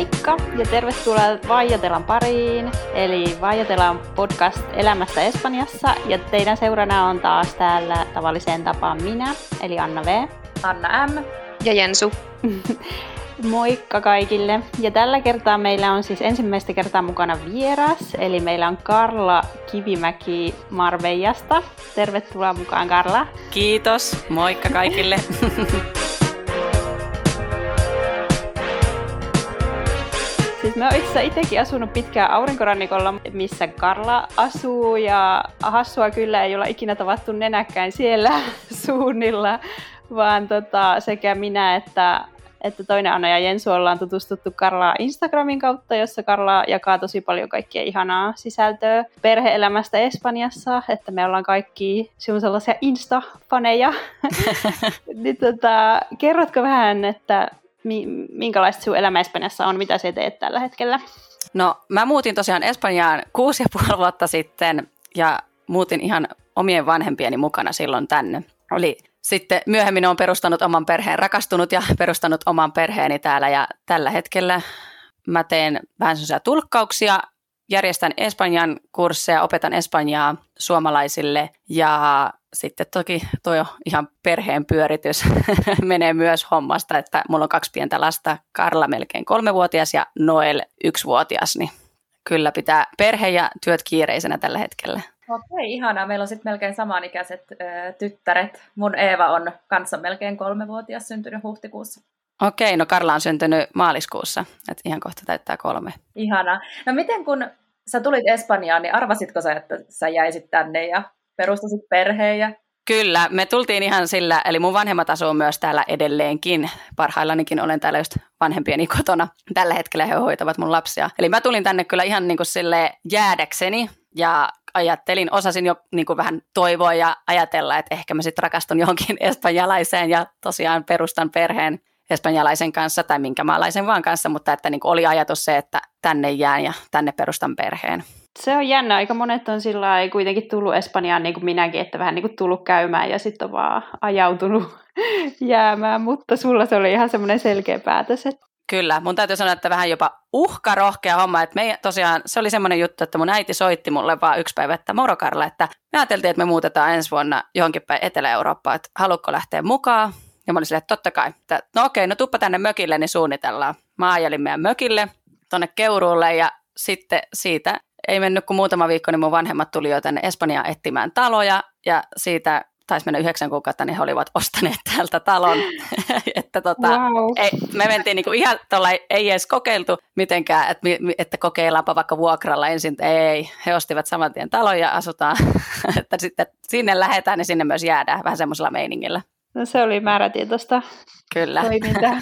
Moikka ja tervetuloa Vaijatelan pariin, eli Vaijatelan podcast elämästä Espanjassa, ja teidän seurana on taas täällä tavalliseen tapaan minä, eli Anna V, Anna M ja Jensu. Moikka kaikille, ja tällä kertaa meillä on siis ensimmäistä kertaa mukana vieras, eli meillä on Karla Kivimäki Marbellasta. Tervetuloa mukaan, Karla. Kiitos, moikka kaikille. Siis mä oon itsekin asunut pitkään aurinkorannikolla, missä Karla asuu, ja hassua kyllä ei olla ikinä tavattu nenäkkäin siellä suunnilla, vaan sekä minä että toinen Anna ja Jensu ollaan tutustuttu Karlaa Instagramin kautta, jossa Karla jakaa tosi paljon kaikkea ihanaa sisältöä perhe-elämästä Espanjassa, että me ollaan kaikki sellaisia Insta-faneja. Niin, kerrotko vähän, että minkälaista sun elämä Espanjassa on, mitä sä teet tällä hetkellä? No, mä muutin tosiaan Espanjaan 6,5 vuotta sitten ja muutin ihan omien vanhempieni mukana silloin tänne. Oli sitten myöhemmin olen perustanut oman perheen, rakastunut ja perustanut oman perheeni täällä, ja tällä hetkellä mä teen vähän sellaisia tulkkauksia, järjestän Espanjan kursseja, opetan Espanjaa suomalaisille, ja sitten toki tuo ihan perheen pyöritys menee myös hommasta, että mulla on 2 pientä lasta, Karla melkein 3-vuotias ja Noel 1-vuotias, niin kyllä pitää perhe ja työt kiireisenä tällä hetkellä. Okei, ihanaa. Meillä on sitten melkein samanikäiset tyttäret. Mun Eeva on kanssa melkein 3-vuotias, syntynyt huhtikuussa. Okei, no Karla on syntynyt maaliskuussa, että ihan kohta täyttää 3. Ihanaa. No miten kun sä tulit Espanjaan, niin arvasitko sä, että sä jäisit tänne ja perustasit perheen? Ja... Kyllä, me tultiin ihan sillä, eli mun vanhemmat asuu myös täällä edelleenkin. Parhaillanikin olen täällä just vanhempieni kotona. Tällä hetkellä he hoitavat mun lapsia. Eli mä tulin tänne kyllä ihan niin kuin silleen jäädäkseni ja osasin jo niin kuin vähän toivoa ja ajatella, että ehkä mä sitten rakastun johonkin espanjalaiseen ja tosiaan perustan perheen espanjalaisen kanssa tai minkä maalaisen vaan kanssa, mutta että niin kuin oli ajatus se, että tänne jään ja tänne perustan perheen. Se on jännä. Aika monet on sillä ei kuitenkin tullut Espanjaan niin kuin minäkin, että vähän niin kuin tullut käymään ja sitten on vaan ajautunut jäämään, mutta sulla se oli ihan semmoinen selkeä päätös. Kyllä, mun täytyy sanoa, että vähän jopa uhkarohkea homma, että tosiaan se oli semmoinen juttu, että mun äiti soitti mulle vaan yksi päivä, että moro Karla, että me ajateltiin, että me muutetaan ensi vuonna johonkin päin Etelä-Eurooppaan, että haluatko lähteä mukaan? Ja mä olin silleen, että totta kai, että no okei, no tuppa tänne mökille, niin suunnitellaan. Mä ajelin meidän mökille, tonne Keuruulle, ja sitten siitä ei mennyt kuin muutama viikko, niin mun vanhemmat tuli jo tänne Espanjaan etsimään taloja, ja siitä taisi mennä 9 kuukautta, niin he olivat ostaneet täältä talon. Että wow. Me mentiin niinku ihan tuolla, ei edes kokeiltu mitenkään, että kokeillaanpa vaikka vuokralla ensin. Ei, he ostivat saman tien talon ja asutaan, että sitten sinne lähdetään ja sinne myös jäädään vähän semmoisella meiningillä. No se oli määrätietoista toimintaa.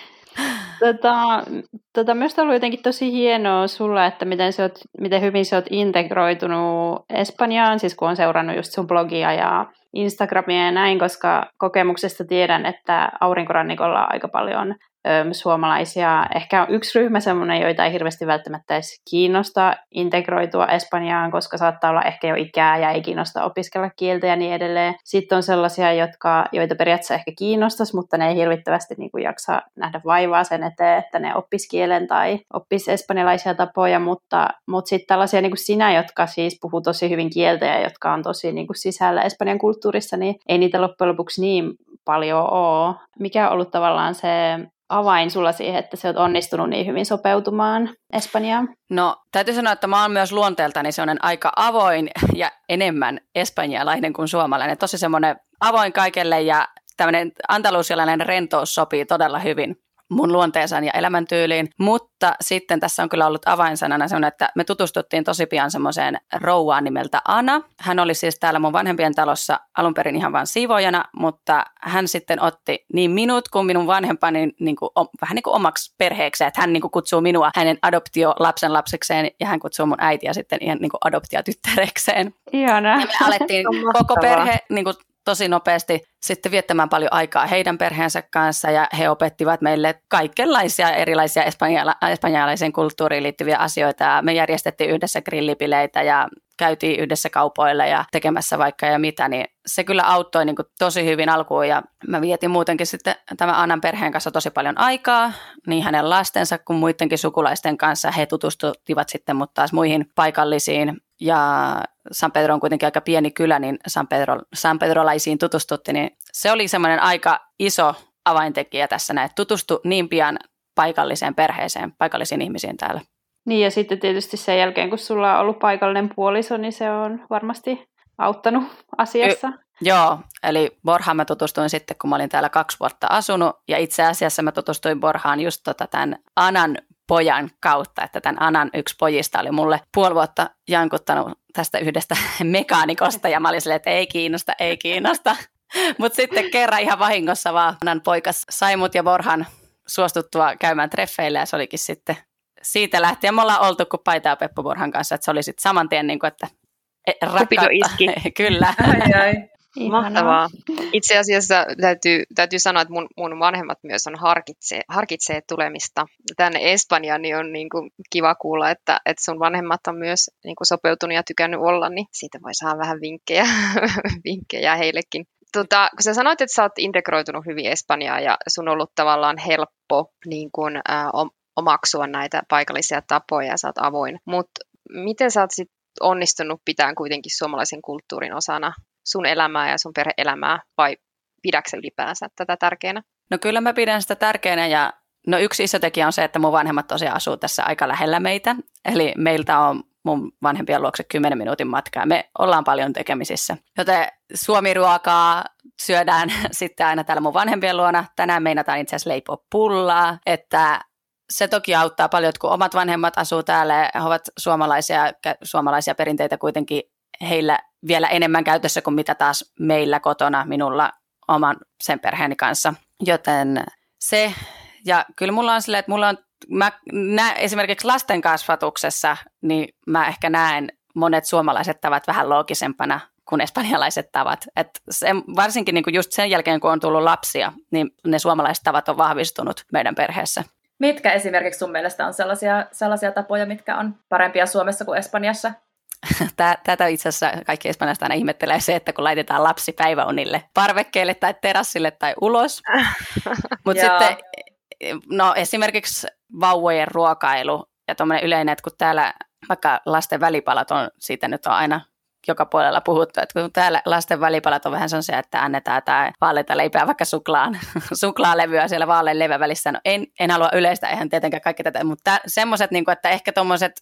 Myös on ollut jotenkin tosi hienoa sulla, että miten hyvin sä oot integroitunut Espanjaan, siis kun on seurannut just sun blogia ja Instagramia ja näin, koska kokemuksesta tiedän, että aurinkorannikolla on aika paljon suomalaisia. Ehkä on yksi ryhmä semmoinen, joita ei hirveästi välttämättä edes kiinnosta integroitua Espanjaan, koska saattaa olla ehkä jo ikää ja ei kiinnosta opiskella kieltä ja niin edelleen. Sitten on sellaisia, joita periaatteessa ehkä kiinnostaisi, mutta ne ei hirvittävästi niin kuin jaksa nähdä vaivaa sen eteen, että ne oppisi kielen tai oppisi espanjalaisia tapoja, mutta sitten tällaisia niin kuin sinä, jotka siis puhuu tosi hyvin kieltä ja jotka on tosi niin kuin sisällä Espanjan kulttuurissa, niin ei niitä loppujen lopuksi niin paljon ole. Mikä on ollut tavallaan se avain sulla siihen, että sä oot onnistunut niin hyvin sopeutumaan Espanjaan? No, täytyy sanoa, että mä oon myös luonteeltani sellainen aika avoin ja enemmän espanjalainen kuin suomalainen. Tosi semmoinen avoin kaikelle, ja tämmöinen andalusialainen rentous sopii todella hyvin mun luonteeseen ja elämäntyyliin, mutta sitten tässä on kyllä ollut avainsanana semmoinen, että me tutustuttiin tosi pian semmoiseen rouvaan nimeltä Ana. Hän oli siis täällä mun vanhempien talossa alun perin ihan vaan siivoojana, mutta hän sitten otti niin minut kuin minun vanhempani vähän niin kuin omaksi perheekseen, että hän niin kuin kutsuu minua hänen adoptiolapsen lapsekseen ja hän kutsuu mun äitiä sitten ihan niin kuin adoptiotyttärekseen. Ihanaa. Ja me alettiin koko perhe niin kuin tosi nopeasti sitten viettämään paljon aikaa heidän perheensä kanssa ja he opettivat meille kaikenlaisia erilaisia espanjalaisen kulttuuriin liittyviä asioita ja me järjestettiin yhdessä grillipileitä ja käytiin yhdessä kaupoilla ja tekemässä vaikka ja mitä, niin se kyllä auttoi niin kuin tosi hyvin alkuun ja mä vietin muutenkin sitten tämän Annan perheen kanssa tosi paljon aikaa, niin hänen lastensa kuin muidenkin sukulaisten kanssa. He tutustuttivat sitten mut taas muihin paikallisiin ja San Pedro on kuitenkin aika pieni kylä, niin San Pedrolaisiin tutustuttiin, niin se oli semmoinen aika iso avaintekijä tässä näin, että tutustu niin pian paikalliseen perheeseen, paikallisiin ihmisiin täällä. Niin ja sitten tietysti sen jälkeen, kun sulla on ollut paikallinen puoliso, niin se on varmasti auttanut asiassa. Joo, eli Borhaan mä tutustuin sitten, kun mä olin täällä 2 vuotta asunut ja itse asiassa mä tutustuin Borhaan just tämän Anan pojan kautta, että tämän Anan yksi pojista oli mulle 5 vuotta jankuttanut tästä yhdestä mekaanikosta ja mä olin silleen, että ei kiinnosta. Mutta sitten kerran ihan vahingossa vaan Anan poikas sai mut ja Borhan suostuttua käymään treffeillä ja se olikin sitten siitä lähtien. Me ollaan oltu kuin paita ja Peppu Borhan kanssa, että se oli sitten saman tien niin kuin, että rakkautta. Iski. Kyllä. Ai. Mahtavaa. Itse asiassa täytyy sanoa, että mun vanhemmat myös harkitsee tulemista tänne Espanjaan, niin on niin kuin kiva kuulla, että sun vanhemmat on myös niin kuin sopeutunut ja tykännyt olla, niin siitä voi saada vähän vinkkejä heillekin. Kun sä sanoit, että sä oot integroitunut hyvin Espanjaan ja sun on ollut tavallaan helppo niin kuin, omaksua näitä paikallisia tapoja ja sä oot avoin, mutta miten sä oot sit onnistunut pitämään kuitenkin suomalaisen kulttuurin osana sun elämää ja sun perhe-elämää, vai pidätkö ylipäänsä tätä tärkeänä? No kyllä mä pidän sitä tärkeänä ja yksi iso tekijä on se, että mun vanhemmat tosiaan asuu tässä aika lähellä meitä. Eli meiltä on mun vanhempien luokse 10 minuutin matkaa. Me ollaan paljon tekemisissä. Joten suomiruokaa syödään sitten aina täällä mun vanhempien luona. Tänään meinataan itse asiassa leipoa pullaa, että se toki auttaa paljon, että kun omat vanhemmat asuu täällä ja he ovat suomalaisia perinteitä kuitenkin heillä vielä enemmän käytössä kuin mitä taas meillä kotona minulla oman sen perheeni kanssa. Joten se, ja kyllä mulla on silleen, että mä näen esimerkiksi lasten kasvatuksessa, niin mä ehkä näen monet suomalaiset tavat vähän loogisempana kuin espanjalaiset tavat. Että varsinkin niin kuin just sen jälkeen, kun on tullut lapsia, niin ne suomalaiset tavat on vahvistunut meidän perheessä. Mitkä esimerkiksi sun mielestä on sellaisia tapoja, mitkä on parempia Suomessa kuin Espanjassa? Tätä itse asiassa kaikki espanjalaiset aina ihmettelee se, että kun laitetaan lapsi päiväunille parvekkeelle tai terassille tai ulos. Mutta sitten no, esimerkiksi vauvojen ruokailu ja tuommoinen yleinen, että kun täällä vaikka lasten välipalat on, siitä nyt on aina joka puolella puhuttu, että kun täällä lasten välipalat on vähän sellaisia, että annetaan tämä vaaleita leipää vaikka suklaalevyä siellä vaalean leivän välissä. No en halua yleistä, eihän tietenkään kaikki tätä, mutta semmoiset, niin että ehkä tuommoiset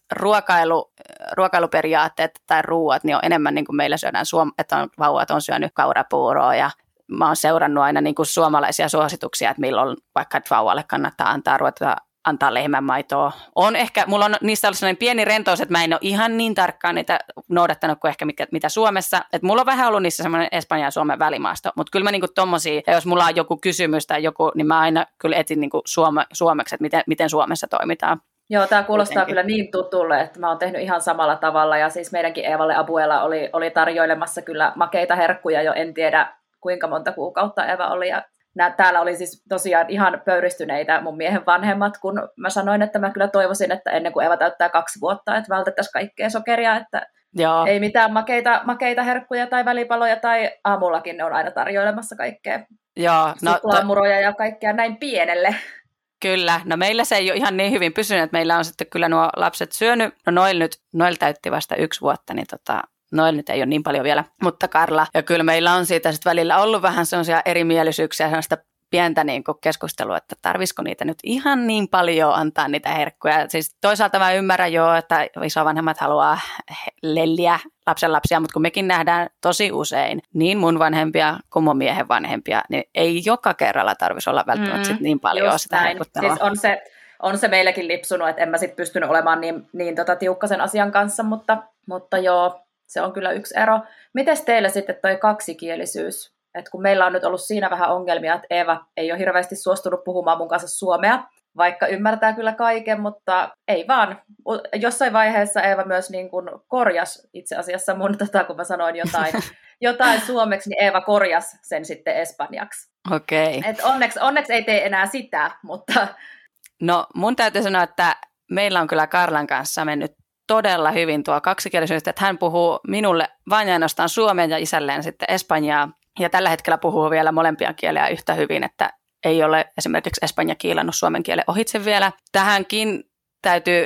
ruokailuperiaatteet tai ruuat, niin on enemmän niin kuin meillä syödään, että vauvat on syönyt kaurapuuroa ja mä oon seurannut aina niin kuin suomalaisia suosituksia, että milloin vaikka vauvalle kannattaa antaa lehmänmaitoa. Mulla on niistä ollut sellainen pieni rentous, että mä en ole ihan niin tarkkaan niitä noudattanut kuin ehkä mitä Suomessa. Että mulla on vähän ollut niissä semmoinen Espanjan ja Suomen välimaasto, mutta kyllä mä niinku tommosia, ja jos mulla on joku kysymys tai joku, niin mä aina kyllä etin niinku suomeksi, että miten Suomessa toimitaan. Joo, tämä kuulostaa kyllä niin tutulle, että mä oon tehnyt ihan samalla tavalla, ja siis meidänkin Eevalle Abuela oli tarjoilemassa kyllä makeita herkkuja jo, en tiedä kuinka monta kuukautta Eeva oli, ja täällä oli siis tosiaan ihan pöyristyneitä mun miehen vanhemmat, kun mä sanoin, että mä kyllä toivoisin, että ennen kuin Eeva täyttää 2 vuotta, että vältettäisiin kaikkea sokeria, että Joo. Ei mitään makeita herkkuja tai välipaloja tai aamullakin ne on aina tarjoilemassa kaikkea. Joo, suklaamuroja ja kaikkea näin pienelle. Kyllä, no meillä se ei ole ihan niin hyvin pysynyt, että meillä on sitten kyllä nuo lapset syönyt, no Noel täytti vasta 1 vuotta, niin Noel nyt ei ole niin paljon vielä, mutta Karla. Ja kyllä meillä on siitä sitten välillä ollut vähän sellaisia erimielisyyksiä, sellaista pientä niin kuin keskustelua, että tarvisiko niitä nyt ihan niin paljon antaa niitä herkkuja. Siis toisaalta mä ymmärrän jo, että isovanhemmat haluaa lelliä lapsenlapsia, mutta kun mekin nähdään tosi usein niin mun vanhempia kuin mun miehen vanhempia, niin ei joka kerralla tarvitsisi olla välttämättä sit niin paljon sitä herkuttelua. Siis on se meillekin lipsunut, että en mä sit pystynyt olemaan niin tiukka sen asian kanssa, mutta joo, se on kyllä yksi ero. Mites teillä sitten toi kaksikielisyys? Et kun meillä on nyt ollut siinä vähän ongelmia, että Eeva ei ole hirveästi suostunut puhumaan mun kanssa suomea, vaikka ymmärtää kyllä kaiken, mutta ei vaan. Jossain vaiheessa Eeva myös niin kuin korjasi itse asiassa mun, kun mä sanoin jotain suomeksi, niin Eeva korjasi sen sitten espanjaksi. Okei. Et onneksi ei tee enää sitä, mutta... No mun täytyy sanoa, että meillä on kyllä Karlan kanssa mennyt todella hyvin tuo kaksikielisyys, että hän puhuu minulle vain ja ainoastaan suomea ja isälleen sitten espanjaa. Ja tällä hetkellä puhuu vielä molempia kieliä yhtä hyvin, että ei esimerkiksi espanja kiilannut suomen kielen ohitse vielä. Tähänkin täytyy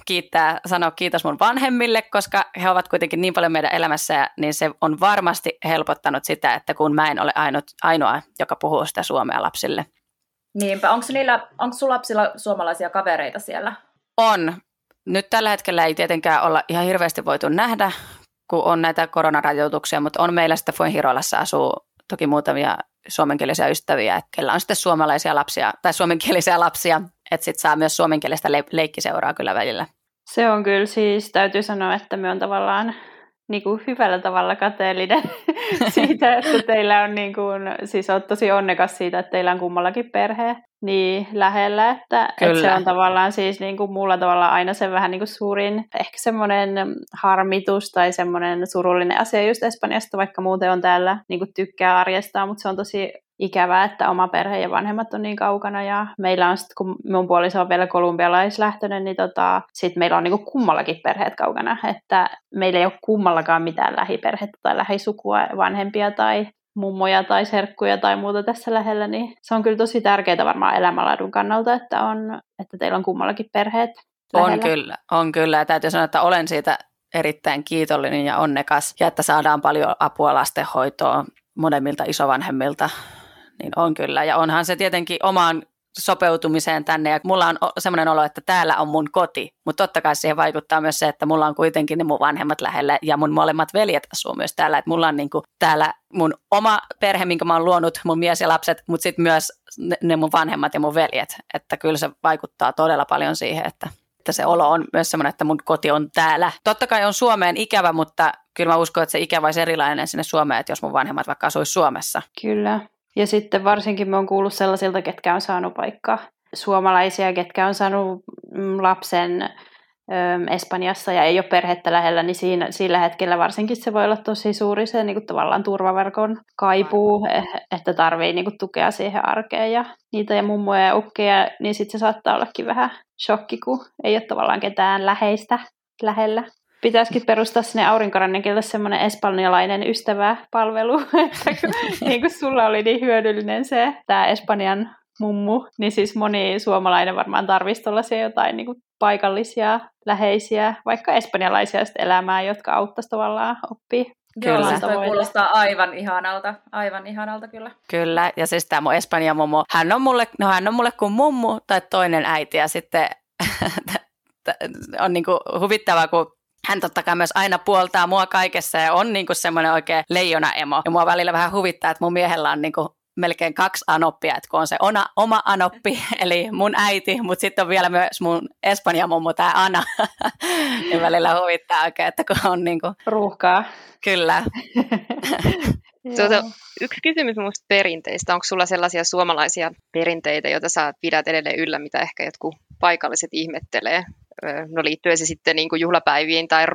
sanoa kiitos mun vanhemmille, koska he ovat kuitenkin niin paljon meidän elämässä, niin se on varmasti helpottanut sitä, että kun mä en ole ainoa, joka puhuu sitä suomea lapsille. Niinpä. Onko sun lapsilla suomalaisia kavereita siellä? On. Nyt tällä hetkellä ei tietenkään olla ihan hirveästi voitu nähdä, kun on näitä koronarajoituksia, mutta on meillä sitten Fuengiroalassa asuu toki muutamia suomenkielisiä ystäviä, kellä on sitten suomalaisia lapsia tai suomenkielisiä lapsia, että sitten saa myös suomenkielistä leikkiseuraa kyllä välillä. Se on kyllä siis, täytyy sanoa, että me on tavallaan niin kuin hyvällä tavalla kateellinen siitä, että teillä on niin kuin, siis olet tosi onnekas siitä, että teillä on kummallakin perhe niin lähellä, että se on tavallaan siis niin kuin mulla tavallaan aina se vähän niin kuin suurin, ehkä semmoinen harmitus tai semmoinen surullinen asia just Espanjasta, vaikka muuten on täällä niin kuin tykkää arjestaan, mutta se on tosi ikävää, että oma perhe ja vanhemmat on niin kaukana ja meillä on sitten, kun mun puoliso on vielä kolumbialaislähtöinen, niin sitten meillä on niin kuin kummallakin perheet kaukana, että meillä ei ole kummallakaan mitään lähiperhettä tai lähisukua, vanhempia tai mummoja tai serkkuja tai muuta tässä lähellä, niin se on kyllä tosi tärkeää varmaan elämänlaadun kannalta, että teillä on kummallakin perheet lähellä. On kyllä ja täytyy sanoa, että olen siitä erittäin kiitollinen ja onnekas ja että saadaan paljon apua lastenhoitoon molemmilta isovanhemmilta, niin on kyllä. Ja onhan se tietenkin omaan sopeutumiseen tänne ja mulla on semmoinen olo, että täällä on mun koti, mutta totta kai siihen vaikuttaa myös se, että mulla on kuitenkin ne mun vanhemmat lähellä ja mun molemmat veljet asuu myös täällä, että mulla on niinku täällä mun oma perhe, minkä mä oon luonut, mun mies ja lapset, mutta sitten myös ne mun vanhemmat ja mun veljet, että kyllä se vaikuttaa todella paljon siihen, että se olo on myös semmoinen, että mun koti on täällä. Totta kai on Suomeen ikävä, mutta kyllä mä uskon, että se ikävä olisi erilainen sinne Suomeen, että jos mun vanhemmat vaikka asuisi Suomessa. Kyllä. Ja sitten varsinkin me on kuullut sellaisilta, ketkä on saanut vaikka suomalaisia, ketkä on saanut lapsen Espanjassa ja ei ole perhettä lähellä, niin sillä hetkellä varsinkin se voi olla tosi suuri se niin kuin tavallaan turvaverkon kaipuu, että tarvii niin kuin tukea siihen arkeen ja niitä ja mummoja ja ukkeja, niin sitten se saattaa ollakin vähän shokki, kun ei ole tavallaan ketään läheistä lähellä. Pitäisikin perustaa sinne Aurinkorannekille semmoinen espanjalainen ystäväpalvelu, että niin kuin sulla oli niin hyödyllinen tämä Espanjan mummu, niin siis moni suomalainen varmaan tarvitsisi tuollaisia jotain niin kuin paikallisia, läheisiä, vaikka espanjalaisia elämää, jotka auttaisi tavallaan oppia. Joo, siis toi kuulostaa aivan ihanalta kyllä. Kyllä, ja siis tämä mun Espanjan mummo, hän on mulle kuin mummu tai toinen äiti, ja sitten on niinku huvittavaa, kun hän totta kai myös aina puoltaa mua kaikessa ja on niinku semmoinen oikein leijona-emo. Ja mua välillä vähän huvittaa, että mun miehellä on niinku melkein 2 anoppia, että kun on se oma anoppi, eli mun äiti, mutta sitten on vielä myös mun Espanjan mummo, tämä Ana. Ja välillä huvittaa oikein, että kun on niinku ruuhkaa. Kyllä. Yksi kysymys muista perinteistä. Onko sulla sellaisia suomalaisia perinteitä, joita sä pidät edelleen yllä, mitä ehkä jotkut paikalliset ihmettelee? No liittyen se sitten niin kuin juhlapäiviin tai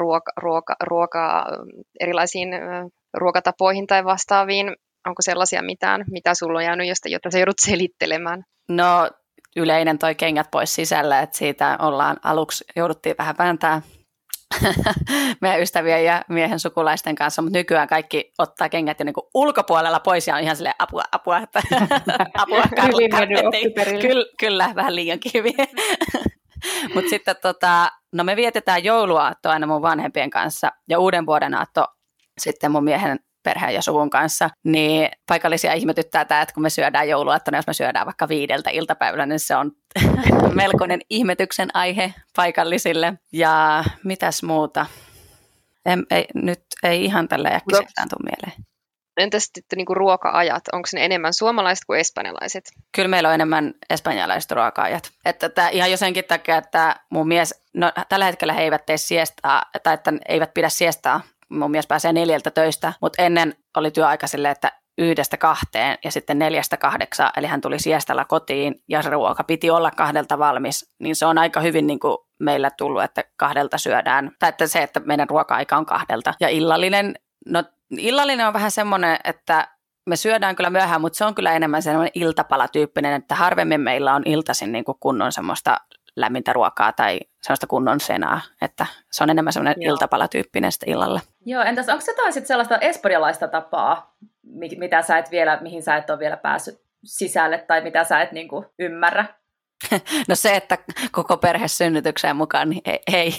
erilaisiin ruokatapoihin tai vastaaviin. Onko sellaisia mitään, mitä sulla on jäänyt, jota sä joudut selittelemään? No yleinen toi kengät pois sisällä, että siitä aluksi jouduttiin vähän vääntää meidän ystävien ja miehen sukulaisten kanssa, mutta nykyään kaikki ottaa kengät jo niin kuin ulkopuolella pois ja on ihan silleen apua, että apua kyllä, vähän liiankin hyvin. Mutta sitten no me vietetään jouluaattoa aina mun vanhempien kanssa ja uuden vuoden aatto sitten mun miehen perheen ja suvun kanssa, niin paikallisia ihmetyttää tämä, että kun me syödään jouluaattona, jos me syödään vaikka 5 iltapäivällä, niin se on melkoinen ihmetyksen aihe paikallisille. Ja mitäs muuta? Nyt ei ihan tällä äkkiseltään tule mieleen. Entäs sitten niin kuin ruoka-ajat? Onko ne enemmän suomalaiset kuin espanjalaiset? Kyllä meillä on enemmän espanjalaiset ruoka-ajat. Että ihan jo senkin takia, että mun mies, no tällä hetkellä he eivät tee siestaa, tai että eivät pidä siestaa. Mun mies pääsee 4 töistä, mutta ennen oli työaika silleen, että 1-2 ja sitten 4-8, eli hän tuli siestalla kotiin ja se ruoka piti olla 2 valmis, niin se on aika hyvin niin kuin meillä tullut, että 2 syödään, tai että se, että meidän ruoka-aika on 2. Ja illallinen on vähän semmoinen, että me syödään kyllä myöhään, mutta se on kyllä enemmän semmoinen iltapalatyyppinen, että harvemmin meillä on iltaisin niin kuin kunnon semmoista lämmintä ruokaa tai sellaista kunnon senaa, että se on enemmän semmoinen iltapalatyyppinen sitten illalle. Joo, entäs onko jotain sitten sellaista espanjalaista tapaa, mitä sä et vielä, mihin sä et ole vielä päässyt sisälle tai mitä sä et niinku ymmärrä? No se, että koko perhe synnytykseen mukaan, niin ei.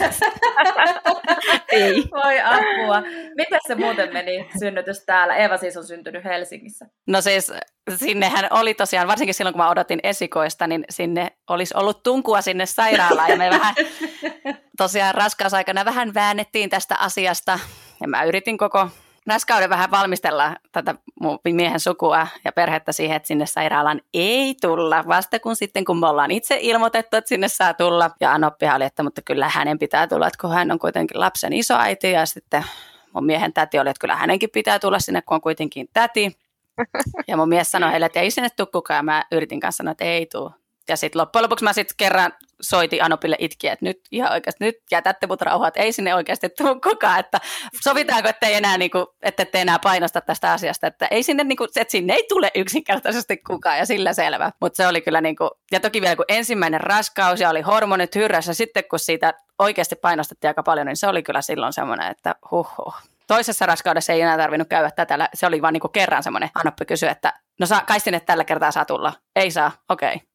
Ei. Voi apua. Miten se muuten meni synnytys täällä? Eeva siis on syntynyt Helsingissä. No siis sinnehän oli tosiaan, varsinkin silloin kun mä odotin esikoista, niin sinne olisi ollut tunkua sinne sairaalaan ja me vähän tosiaan raskausaikana vähän väännettiin tästä asiasta ja mä yritin koko raskauden vähän valmistella tätä mun miehen sukua ja perhettä siihen, että sinne sairaalaan ei tulla, vasta kun me ollaan itse ilmoitettu, että sinne saa tulla. Ja Anoppihan oli, että mutta kyllä hänen pitää tulla, että kun hän on kuitenkin lapsen isoäiti ja sitten mun miehen täti oli, että kyllä hänenkin pitää tulla sinne, kun on kuitenkin täti. Ja mun mies sanoi heille, että ei sinne tule kukaan ja mä yritin kanssa sanoa, että ei tule. Ja sitten loppujen lopuksi mä sitten kerran soitin Anopille itkiä, että nyt ihan oikeasti, nyt jätätte mut rauhaa, että ei sinne oikeasti tule kukaan, että sovitaanko, että ette enää painosta tästä asiasta, että ei sinne, että sinne ei tule yksinkertaisesti kukaan ja sillä selvä. Mutta se oli kyllä ja toki vielä kun ensimmäinen raskaus ja oli hormonit hyrrässä, sitten kun siitä oikeasti painostettiin aika paljon, niin se oli kyllä silloin semmoinen, että Toisessa raskaudessa ei enää tarvinnut käydä tätä, se oli vaan kerran semmoinen, Anoppi kysyi, että no kai sinne tällä kertaa saa tulla, ei saa, okei. Okay.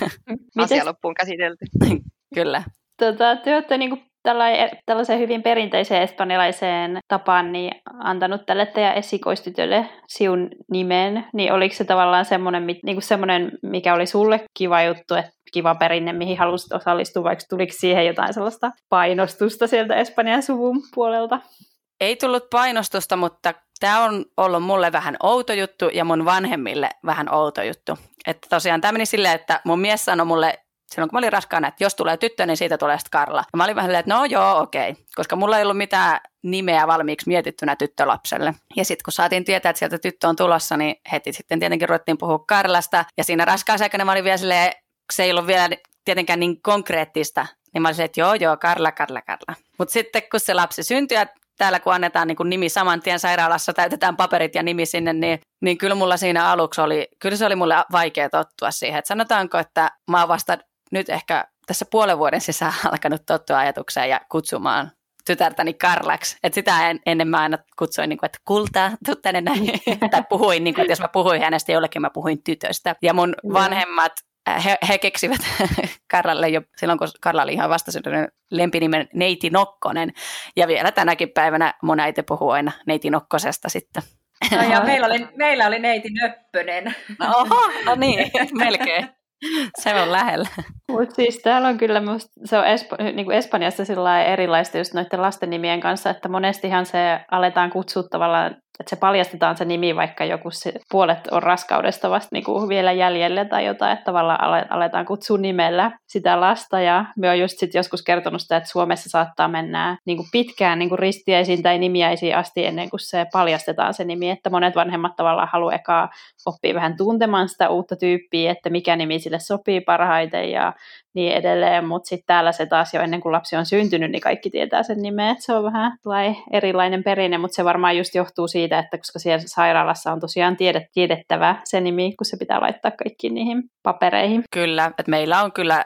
Asia loppuun käsitelty. Kyllä. Te olette tällaiseen hyvin perinteiseen espanjalaiseen tapaan niin antanut tälle teidän esikoistytölle siun nimen, niin oliko se tavallaan semmoinen, mikä oli sulle kiva juttu, että kiva perinne, mihin halusit osallistua, vaikka tuliko siihen jotain sellaista painostusta sieltä Espanjan suvun puolelta? Ei tullut painostusta, mutta tämä on ollut mulle vähän outo juttu ja mun vanhemmille vähän outo juttu. Että tosiaan tämä meni silleen, että mun mies sanoi mulle silloin, kun mä olin raskaana, että jos tulee tyttö, niin siitä tulee sitten Karla. Ja mä olin vähän silleen, että no joo, okei. Koska mulla ei ollut mitään nimeä valmiiksi mietittynä tyttölapselle. Ja sitten kun saatiin tietää, että sieltä tyttö on tulossa, niin heti sitten tietenkin ruvettiin puhua Karlasta. Ja siinä raskausaikana mä olin vielä silleen, se ei ollut vielä tietenkään niin konkreettista, niin mä olin silleen, että joo, Karla. Mutta sitten kun se lapsi syntyi, täällä kun annetaan niin kuin nimi saman tien sairaalassa, täytetään paperit ja nimi sinne, niin kyllä mulla siinä aluksi kyllä se oli mulle vaikea tottua siihen. Et sanotaanko, että mä oon vasta nyt ehkä tässä puolen vuoden sisään alkanut tottua ajatukseen ja kutsumaan tytärtäni Karlaksi. Että sitä ennen mä aina kutsuin, niin kuin, että kulta, tuu tänne näin. Tai puhuin, niin kuin, että jos mä puhuin hänestä jollekin, mä puhuin tytöstä. Ja mun vanhemmat, he keksivät Karlalle jo silloin, kun Karla oli ihan vastasyntynyt lempinimen Neiti Nokkonen. Ja vielä tänäkin päivänä mun äiti puhuu aina Neiti Nokkosesta sitten. No ja meillä oli Neiti Nöppönen. Oho, no niin, melkein. Se on lähellä. Mutta siis täällä on kyllä, se on niin kuin Espanjassa erilaista just noiden lasten nimien kanssa, että monestihan se aletaan kutsua tavallaan, että se paljastetaan se nimi, vaikka joku puolet on raskaudesta vasta niin kuin vielä jäljellä tai jotain, että tavallaan aletaan kutsua nimellä sitä lasta. Ja me on just sit joskus kertonut sitä, että Suomessa saattaa mennä niin kuin pitkään niin kuin ristiäisiin tai nimiäisiin asti ennen kuin se paljastetaan se nimi, että monet vanhemmat tavallaan haluaa ekaa oppia vähän tuntemaan sitä uutta tyyppiä, että mikä nimi sille sopii parhaiten ja niin edelleen, mutta sitten täällä se taas jo ennen kuin lapsi on syntynyt, niin kaikki tietää sen nimeä, että se on vähän erilainen perinne, mutta se varmaan just johtuu siitä, että koska siellä sairaalassa on tosiaan tiedettävä se nimi, kun se pitää laittaa kaikkiin niihin papereihin. Kyllä, että meillä on kyllä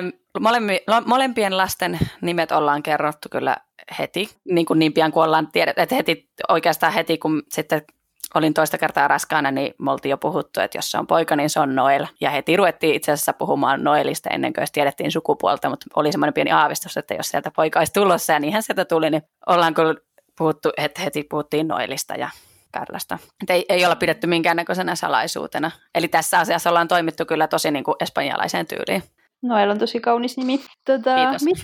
molempien lasten nimet ollaan kerrottu kyllä heti, niin pian kuin ollaan tiedetty, että oikeastaan heti kun sitten olin toista kertaa raskaana, niin me oltiin jo puhuttu, että jos se on poika, niin se on Noel. Ja heti ruvettiin itse asiassa puhumaan Noelista ennen kuin tiedettiin sukupuolta, mutta oli semmoinen pieni aavistus, että jos sieltä poika olisi tulossa ja niinhän sieltä tuli, niin ollaan kyllä puhuttu, että heti puhuttiin Noelista ja Karlasta. Ei olla pidetty minkäännäköisenä salaisuutena. Eli tässä asiassa ollaan toimittu kyllä tosi niin kuin espanjalaiseen tyyliin. Noel on tosi kaunis nimi. Kiitos.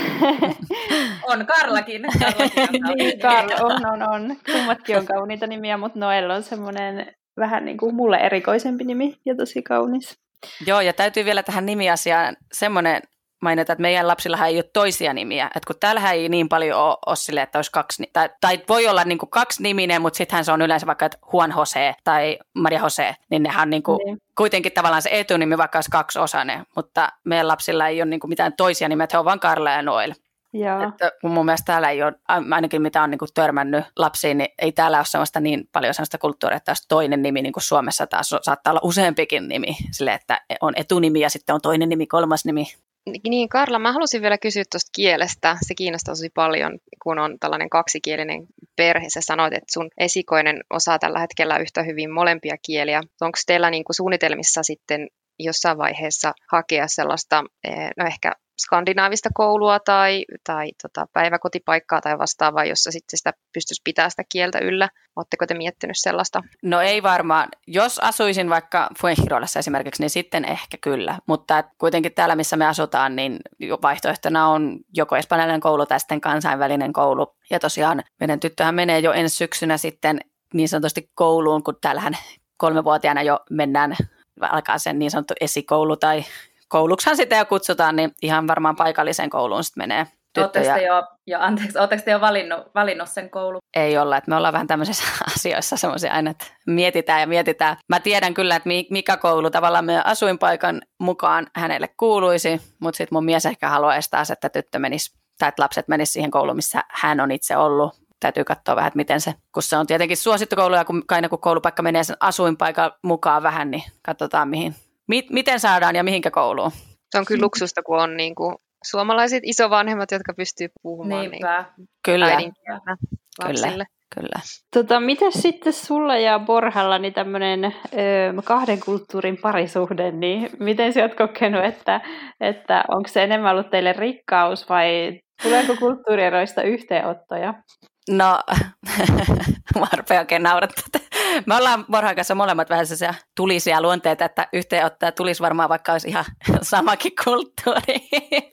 On Karlakin. Niin, on. Kummatkin on kauniita nimiä, mutta Noel on semmoinen vähän niin kuin mulle erikoisempi nimi ja tosi kaunis. Joo, ja täytyy vielä tähän nimiasiaan semmoinen mainita, että meidän lapsillahan ei ole toisia nimiä. Että kun täällähän ei niin paljon ole silleen, että olisi kaksi, tai voi olla niin kuin kaksi niminen, mutta sittenhän se on yleensä vaikka että Juan Jose tai Maria Jose, niin nehän on niin kuin kuitenkin tavallaan se etunimi, vaikka olisi kaksiosainen, mutta meidän lapsilla ei ole niin kuin mitään toisia nimeä, he on vain Karla ja Noel. Että mun mielestä täällä ei ole, ainakin mitä on niin kuin törmännyt lapsiin, niin ei täällä ole semmoista niin paljon semmoista kulttuuria, että olisi toinen nimi, niin kuin Suomessa taas saattaa olla useampikin nimi, sille että on etunimi ja sitten on toinen nimi, kolmas nimi. Niin Karla, mä halusin vielä kysyä tuosta kielestä. Se kiinnostaa tosi paljon, kun on tällainen kaksikielinen perhe. Sä sanoit, että sun esikoinen osaa tällä hetkellä yhtä hyvin molempia kieliä. Onko teillä niin kuin suunnitelmissa sitten jossain vaiheessa hakea sellaista, no ehkä skandinaavista koulua tai päiväkotipaikkaa tai vastaavaa, jossa sitten sitä pystyisi pitämään sitä kieltä yllä? Oletteko te miettinyt sellaista? No ei varmaan. Jos asuisin vaikka Fuengiroolassa esimerkiksi, niin sitten ehkä kyllä. Mutta kuitenkin täällä, missä me asutaan, niin vaihtoehtona on joko espanjalainen koulu tai sitten kansainvälinen koulu. Ja tosiaan meidän tyttöhän menee jo ensi syksynä sitten niin sanotusti kouluun, kun täällähän 3-vuotiaana jo mennään, alkaa sen niin sanottu esikoulu tai kouluksihan sitä jo kutsutaan, niin ihan varmaan paikalliseen kouluun sitten menee tyttöjä. Oletteko te jo valinnut sen koulun? Ei olla, että me ollaan vähän tämmöisissä asioissa semmoisia aina, että mietitään. Mä tiedän kyllä, että mikä koulu tavallaan meidän asuinpaikan mukaan hänelle kuuluisi, mutta sitten mun mies ehkä haluaisi taas, että tyttö menisi, tai että lapset menisivät siihen kouluun, missä hän on itse ollut. Täytyy katsoa vähän, että miten se, kun se on tietenkin suosittu koulu, ja kun koulupaikka menee sen asuinpaikan mukaan vähän, niin katsotaan miten saadaan ja mihinkä kouluun. Se on kyllä luksusta, kun on niin kuin suomalaiset isovanhemmat, jotka pystyy puhumaan äidinkieltä lapsille. Kyllä. Miten sitten sulla ja Borhalla niin tämmöinen kahden kulttuurin parisuhde, niin miten sä oot kokenut, että onko se enemmän ollut teille rikkaus vai tuleeko kulttuurieroista yhteenottoja? No, mä rupean oikein naurattaa. Me ollaan Borhan kanssa molemmat vähän sellaisia tulisia luonteita, että yhteenottoja tulisi varmaan, vaikka olisi ihan samakin kulttuuri.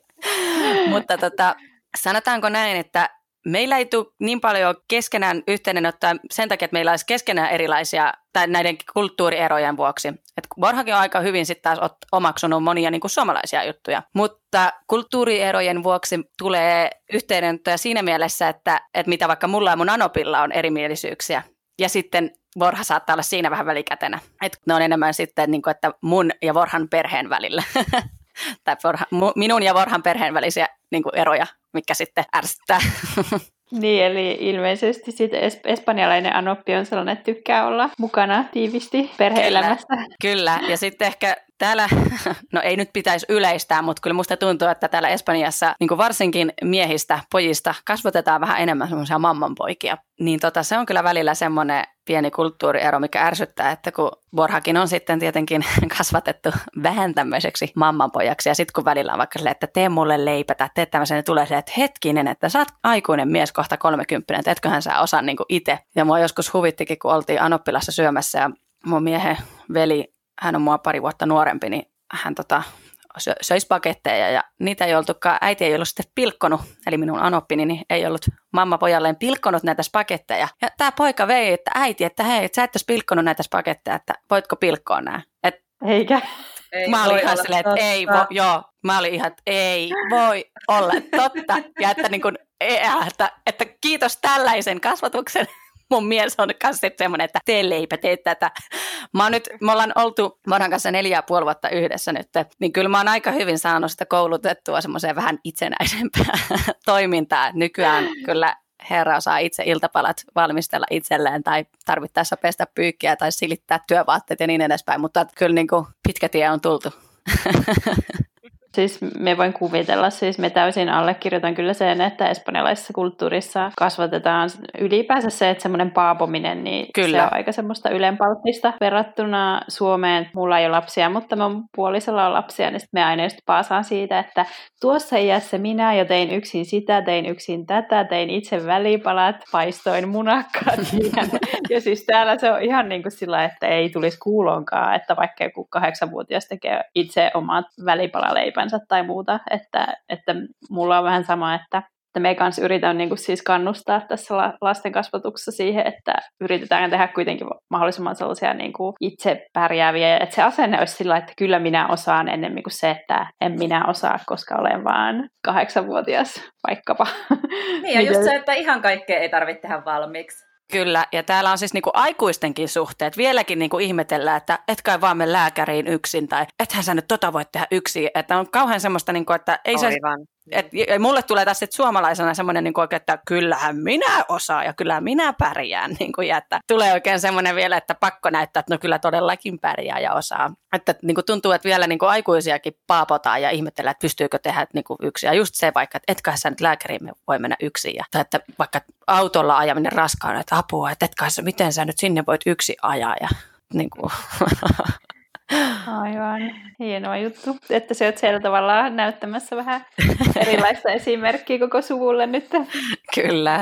Mutta sanotaanko näin, että meillä ei tule niin paljon keskenään yhteydenottoja sen takia, että meillä olisi keskenään erilaisia, tai näiden kulttuurierojen vuoksi. Että Borhakin on aika hyvin sitten taas omaksunut monia niin kuin suomalaisia juttuja. Mutta kulttuurierojen vuoksi tulee yhteydenottoja siinä mielessä, että mitä vaikka mulla ja mun Anopilla on erimielisyyksiä. Ja sitten Borha saattaa olla siinä vähän välikätenä. Että ne on enemmän sitten, niin kuin, että mun ja Borhan perheen välillä. Tai minun ja Borhan perheen välisiä niin kuin eroja, mikä sitten ärsyttää. Niin, eli ilmeisesti sitten espanjalainen Anoppi on sellainen, että tykkää olla mukana tiivisti perhe-elämässä. Kyllä, ja sitten ehkä täällä, no ei nyt pitäisi yleistää, mutta kyllä musta tuntuu, että täällä Espanjassa niin kuin varsinkin miehistä, pojista kasvatetaan vähän enemmän semmoisia mammanpoikia. Niin se on kyllä välillä semmoinen pieni kulttuuriero, mikä ärsyttää, että kun Borhakin on sitten tietenkin kasvatettu vähän tämmöiseksi mammanpojaksi, ja sitten kun välillä on vaikka silleen, että tee mulle leipä tai tee tämmöisen, niin tulee silleen, että hetkinen, että sä oot aikuinen mies kohta 30, että etköhän sä osaa niin kuin itse. Ja mua joskus huvittikin, kun oltiin Anoppilassa syömässä, ja mun miehen veli, hän on mua 2 vuotta nuorempi, niin hän söi spagetteja ja niitä ei oltukaan, äiti ei ollut sitten pilkkonut, eli minun Anoppini niin ei ollut mamma pojalleen pilkkonut näitä spagetteja. Ja tämä poika vei, että äiti, että hei, et sä et olisi pilkkonut näitä spagetteja, että voitko pilkkoa nämä? Eikä. Mä olin ihan silleen, että ei voi, mä olin ihan, että ei voi olla totta. Ja että, niin kuin, että kiitos tällaisen kasvatuksen. Mun mies on kanssa semmoinen, että tee leipä, tee tätä. Me ollaan oltu Borhan kanssa 4,5 vuotta yhdessä nyt, niin kyllä mä oon aika hyvin saanut sitä koulutettua semmoiseen vähän itsenäisempään toimintaan. Nykyään kyllä herra osaa itse iltapalat valmistella itselleen tai tarvittaessa pestä pyykkiä tai silittää työvaatteet ja niin edespäin, mutta kyllä niin kuin pitkä tie on tultu. Siis me voin kuvitella, siis me täysin allekirjoitan kyllä sen, että espanjalaisessa kulttuurissa kasvatetaan ylipäänsä se, että semmoinen paapominen, niin kyllä. Se on aika semmoista ylenpalttista verrattuna Suomeen. Mulla ei ole lapsia, mutta mun puolisolla on lapsia, niin me aina just paasaan siitä, että tuossa iässä minä jo tein yksin sitä, tein yksin tätä, tein itse välipalat, paistoin munakkaat. Ja siis täällä se on ihan niin kuin sillä, että ei tulisi kuuloonkaan, että vaikka joku 8-vuotias tekee itse omat välipalalleipänsä tai muuta, että mulla on vähän sama, että että me kanssa yritän niin kuin siis kannustaa tässä lasten kasvatuksessa siihen, että yritetään tehdä kuitenkin mahdollisimman sellaisia niin kuin itse pärjääviä, että se asenne olisi sillä, että kyllä minä osaan ennemmin kuin se, että en minä osaa, koska olen vaan 8-vuotias vaikkapa. Niin ja just se, että ihan kaikkea ei tarvitse tehdä valmiiksi. Kyllä, ja täällä on siis niinku aikuistenkin suhteet. Vieläkin niinku ihmetellään, että et kai vaan mene lääkäriin yksin, tai ethän sä nyt voi tehdä yksin. Että on kauhean semmoista, niinku, että ei se... mulle tulee tässä suomalaisena semmoinen, niinku, että kyllähän minä osaan ja kyllähän minä pärjään. Niinku, ja että tulee oikein semmoinen vielä, että pakko näyttää, että no kyllä todellakin pärjää ja osaa. Että niinku, tuntuu, että vielä niinku, aikuisiakin paapotaan ja ihmetellään, että pystyykö tehdä niinku, yksin. Ja just se vaikka, että etkä sä nyt lääkäriin voi mennä yksin. Tai että vaikka autolla ajaminen raskaana, että apua, että etkä sä, miten sä nyt sinne voit yksin ajaa. Ja, niinku. Aivan, hienoa juttu, että sä oot siellä tavallaan näyttämässä vähän erilaista esimerkkiä koko suvulle nyt. Kyllä.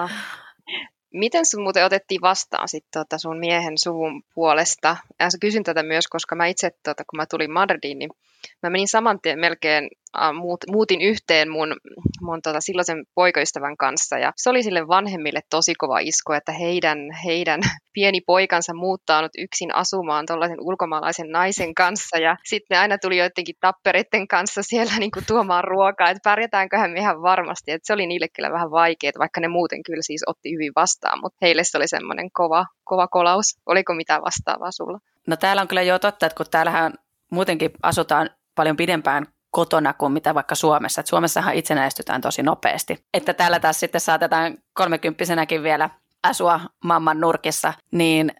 Miten sun muuten otettiin vastaan sitten sun miehen suvun puolesta? Kysyn tätä myös, koska mä itse, kun mä tulin Madridiin, niin mä menin saman tien melkein, muutin yhteen mun silloisen poikaystävän kanssa. Ja se oli sille vanhemmille tosi kova isku, että heidän pieni poikansa muuttaa nyt yksin asumaan tuollaisen ulkomaalaisen naisen kanssa. Ja sitten aina tuli joidenkin tappereiden kanssa siellä niin kuin tuomaan ruokaa, että pärjätäänköhän me ihan varmasti. Että se oli niille kyllä vähän vaikeaa, vaikka ne muuten kyllä siis otti hyvin vastaan. Mutta heille se oli semmoinen kova kolaus. Oliko mitään vastaavaa sulla? No täällä on kyllä jo totta, että kun täällähän muutenkin asutaan paljon pidempään kotona kuin mitä vaikka Suomessa. Et Suomessahan itsenäistytään tosi nopeasti. Että täällä taas sitten saatetaan 30-vuotiaanakin vielä asua mamman nurkissa, niin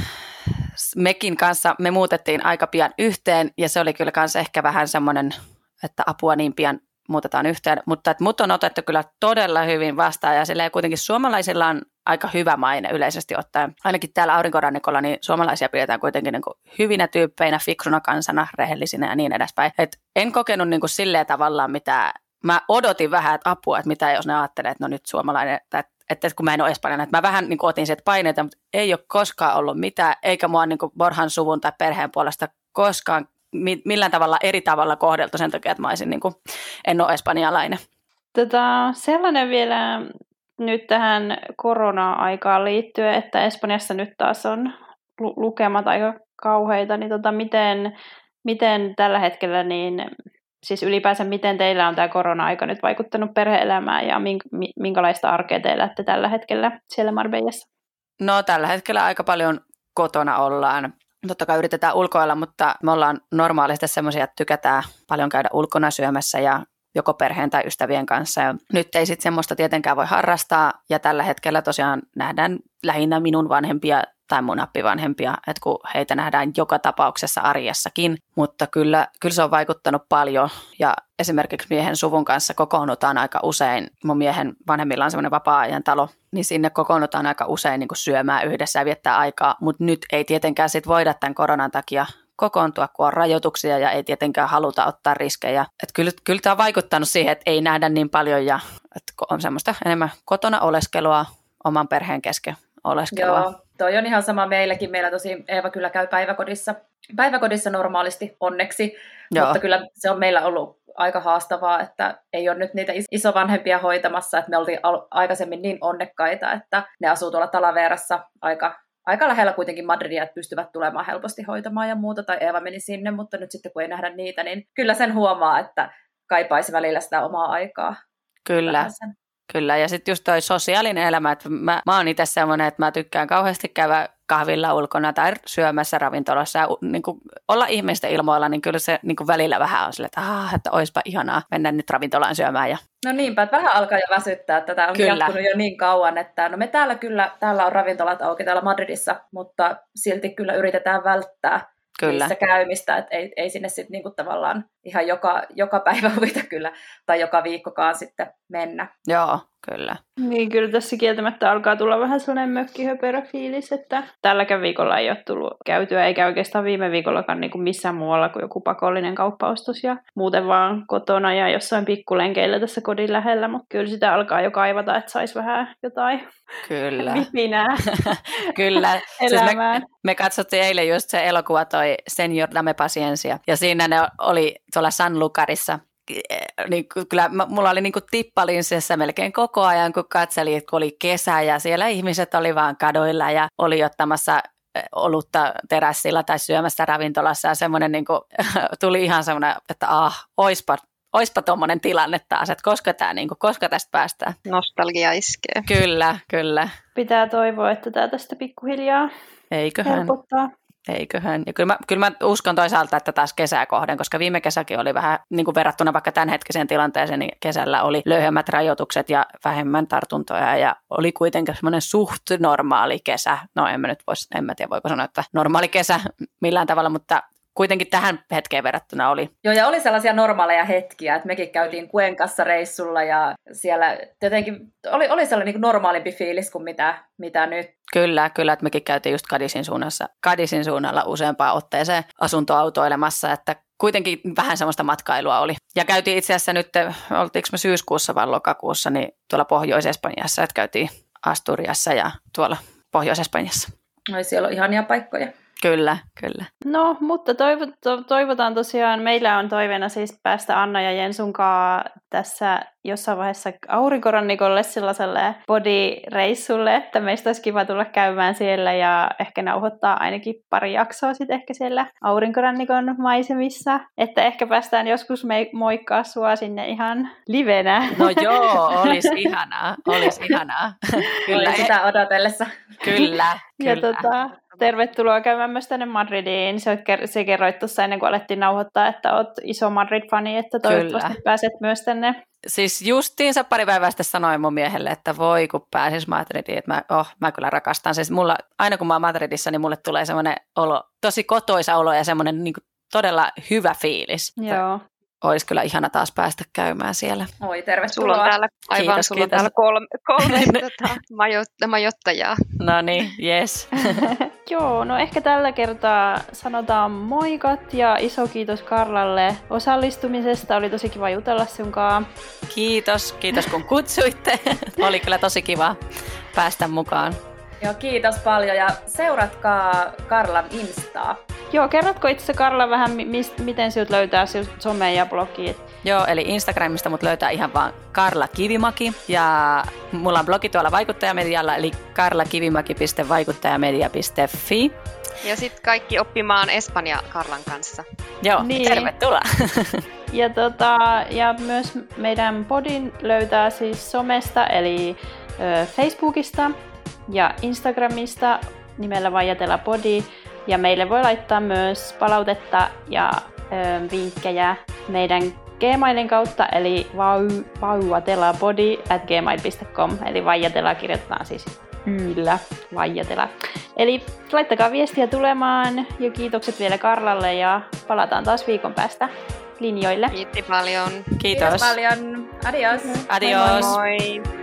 mekin kanssa me muutettiin aika pian yhteen ja se oli kyllä kanssa ehkä vähän semmoinen, että apua niin pian muutetaan yhteen, mutta mut on otettu kyllä todella hyvin vastaan ja silleen kuitenkin suomalaisilla on aika hyvä maine yleisesti ottaen. Ainakin täällä aurinkorannikolla niin suomalaisia pidetään kuitenkin niin kuin hyvinä tyyppeinä, fiksuna kansana, rehellisinä ja niin edespäin. Et en kokenut niin kuin silleen tavallaan mitä, mä odotin vähän, että apua, että mitä jos ne ajattelee, että no nyt suomalainen, että kun mä en ole espanjalainen, että mä vähän niin kuin otin sieltä paineita, mutta ei ole koskaan ollut mitään, eikä mua niin kuin Borjan suvun tai perheen puolesta koskaan millään tavalla eri tavalla kohdeltu sen takia, että mä olisin, niin kuin, en ole espanjalainen. Sellainen vielä nyt tähän korona-aikaan liittyen, että Espanjassa nyt taas on lukemat aika kauheita, niin miten tällä hetkellä, niin siis ylipäänsä miten teillä on tämä korona-aika nyt vaikuttanut perhe-elämään ja minkälaista arkea te elätte tällä hetkellä siellä Marbellassa? No tällä hetkellä aika paljon kotona ollaan. Totta kai yritetään ulkoilla, mutta me ollaan normaalisti semmoisia, että tykätään paljon käydä ulkona syömässä ja joko perheen tai ystävien kanssa. Ja nyt ei sitten semmoista tietenkään voi harrastaa ja tällä hetkellä tosiaan nähdään lähinnä minun vanhempia tai mun appivanhempia, että kun heitä nähdään joka tapauksessa arjessakin, mutta kyllä se on vaikuttanut paljon ja esimerkiksi miehen suvun kanssa kokoonnutaan aika usein. Mun miehen vanhemmilla on semmoinen vapaa-ajan talo, niin sinne kokoonnutaan aika usein niin kuin syömään yhdessä ja viettää aikaa, mutta nyt ei tietenkään sit voida tämän koronan takia kokoontua, kun on rajoituksia ja ei tietenkään haluta ottaa riskejä. Että kyllä tämä on vaikuttanut siihen, että ei nähdä niin paljon ja että on semmoista enemmän kotona oleskelua oman perheen kesken oleskelua. Joo, toi on ihan sama meilläkin. Meillä tosi Eeva kyllä käy päiväkodissa normaalisti onneksi, Joo. Mutta kyllä se on meillä ollut aika haastavaa, että ei ole nyt niitä isovanhempia hoitamassa, että me oltiin aikaisemmin niin onnekkaita, että ne asuu tuolla Talaverassa aika lähellä kuitenkin Madridia, että pystyvät tulemaan helposti hoitamaan ja muuta, tai Eeva meni sinne, mutta nyt sitten kun ei nähdä niitä, niin kyllä sen huomaa, että kaipaisi välillä sitä omaa aikaa. Kyllä, ja sitten just toi sosiaalinen elämä, että mä oon itse semmoinen, että mä tykkään kauheasti käydä kahvilla ulkona tai syömässä ravintolassa ja niin kuin olla ihmisten ilmoilla, niin kyllä se niin kuin välillä vähän on silleen, että oispa ihanaa mennä nyt ravintolaan syömään. Ja... No niinpä, että vähän alkaa jo väsyttää, että tämä on jatkunut jo niin kauan, että no me täällä on ravintolat auki täällä Madridissa, mutta silti kyllä yritetään välttää niissä käymistä, että ei sinne sitten niinku tavallaan ihan joka päivä huvita kyllä, tai joka viikkokaan sitten mennä. Joo, kyllä. Niin, kyllä tässä kieltämättä alkaa tulla vähän sellainen mökkihöperöfiilis, että tälläkään viikolla ei ole tullut käytyä, eikä oikeastaan viime viikollakaan niin kuin missään muualla kuin joku pakollinen kauppaostos ja muuten vaan kotona ja jossain pikkulenkeillä tässä kodin lähellä, mutta kyllä sitä alkaa jo kaivata, että saisi vähän jotain vipinää Kyllä. elämään. Siis me katsottiin eilen just se elokuva toi Señor Dame Paciencia ja siinä ne oli tuolla Sanlucarissa niin kyllä mulla oli niin kuin tippalinssessä melkein koko ajan, kun katselin, kun oli kesä ja siellä ihmiset oli vaan kaduilla ja oli ottamassa olutta terassilla tai syömässä ravintolassa ja semmoinen niin kuin, tuli ihan semmoinen, että oispa tuommoinen tilanne taas, että koska tästä päästään. Nostalgia iskee. Kyllä. Pitää toivoa, että tämä tästä pikkuhiljaa helpottaa. Eiköhän. Ja kyllä mä uskon toisaalta, että taas kesää kohden, koska viime kesäkin oli vähän, niin kuin verrattuna vaikka tämänhetkiseen tilanteeseen, niin kesällä oli löyhemmät rajoitukset ja vähemmän tartuntoja ja oli kuitenkin semmoinen suht normaali kesä. No en mä tiedä voiko sanoa, että normaali kesä millään tavalla, mutta kuitenkin tähän hetkeen verrattuna oli. Joo, ja oli sellaisia normaaleja hetkiä, että mekin käytiin Cuencassa reissulla ja siellä jotenkin oli sellainen niin normaalimpi fiilis kuin mitä nyt. Kyllä, että mekin käytiin just Cadisin suunnalla useampaan otteeseen asuntoautoilemassa, että kuitenkin vähän semmoista matkailua oli. Ja käytiin itse asiassa nyt, oltiinko me syyskuussa vai lokakuussa, niin tuolla Pohjois-Espanjassa, että käytiin Asturiassa ja tuolla Pohjois-Espanjassa. No siellä on ihania paikkoja. Kyllä. No, mutta toivotaan tosiaan, meillä on toiveena siis päästä Anna ja Jensunkaan tässä jossain vaiheessa aurinkorannikolle sellaiselle body-reissulle, että meistä olisi kiva tulla käymään siellä ja ehkä nauhoittaa ainakin pari jaksoa sitten ehkä siellä aurinkorannikon maisemissa, että ehkä päästään joskus moikkaa sua sinne ihan livenä. No joo, olisi ihanaa. Kyllä, sitä odotellessa. Kyllä. Ja tervetuloa käymään myös tänne Madridiin. Se kerroit tuossa ennen kuin alettiin nauhoittaa, että olet iso Madrid-fani, että toivottavasti pääset myös tänne. Siis justiinsa pari päivää sitten sanoin mun miehelle, että voi kun pääsis Madridiin, että mä kyllä rakastan. Siis aina kun mä oon Madridissa, niin mulle tulee semmoinen olo, tosi kotoisa olo ja semmoinen niin kuin todella hyvä fiilis. Joo. Olisi kyllä ihana taas päästä käymään siellä. Oi, tervetuloa. Sulla on täällä kolme majoittajaa. No niin, yes. Joo, no ehkä tällä kertaa sanotaan moikat ja iso kiitos Karlalle osallistumisesta. Oli tosi kiva jutella sunkaan. Kiitos kun kutsuitte. Oli kyllä tosi kiva päästä mukaan. Joo, kiitos paljon ja seuratkaa Karlan Instaa. Joo, kerrotko itse Karla vähän, miten sinut löytää somea ja blogi? Joo, eli Instagramista mut löytää ihan vaan Karla Kivimaki ja mulla on blogi tuolla vaikuttajamedialla eli karlakivimaki.vaikuttajamedia.fi. Ja sitten kaikki oppimaan Espanja Karlan kanssa. Joo, niin. Tervetuloa. Ja myös meidän podin löytää siis somesta eli Facebookista ja Instagramista nimellä Vaijatela Podi. Ja meille voi laittaa myös palautetta ja vinkkejä meidän Gmailin kautta, eli vaijatelapodi@gmail.com, eli vaijatela kirjoitetaan siis yllä, vaijatela. Eli laittakaa viestiä tulemaan ja kiitokset vielä Karlalle ja palataan taas viikon päästä linjoille. Kiitti paljon. Kiitos paljon. Adios. Adios. Moi.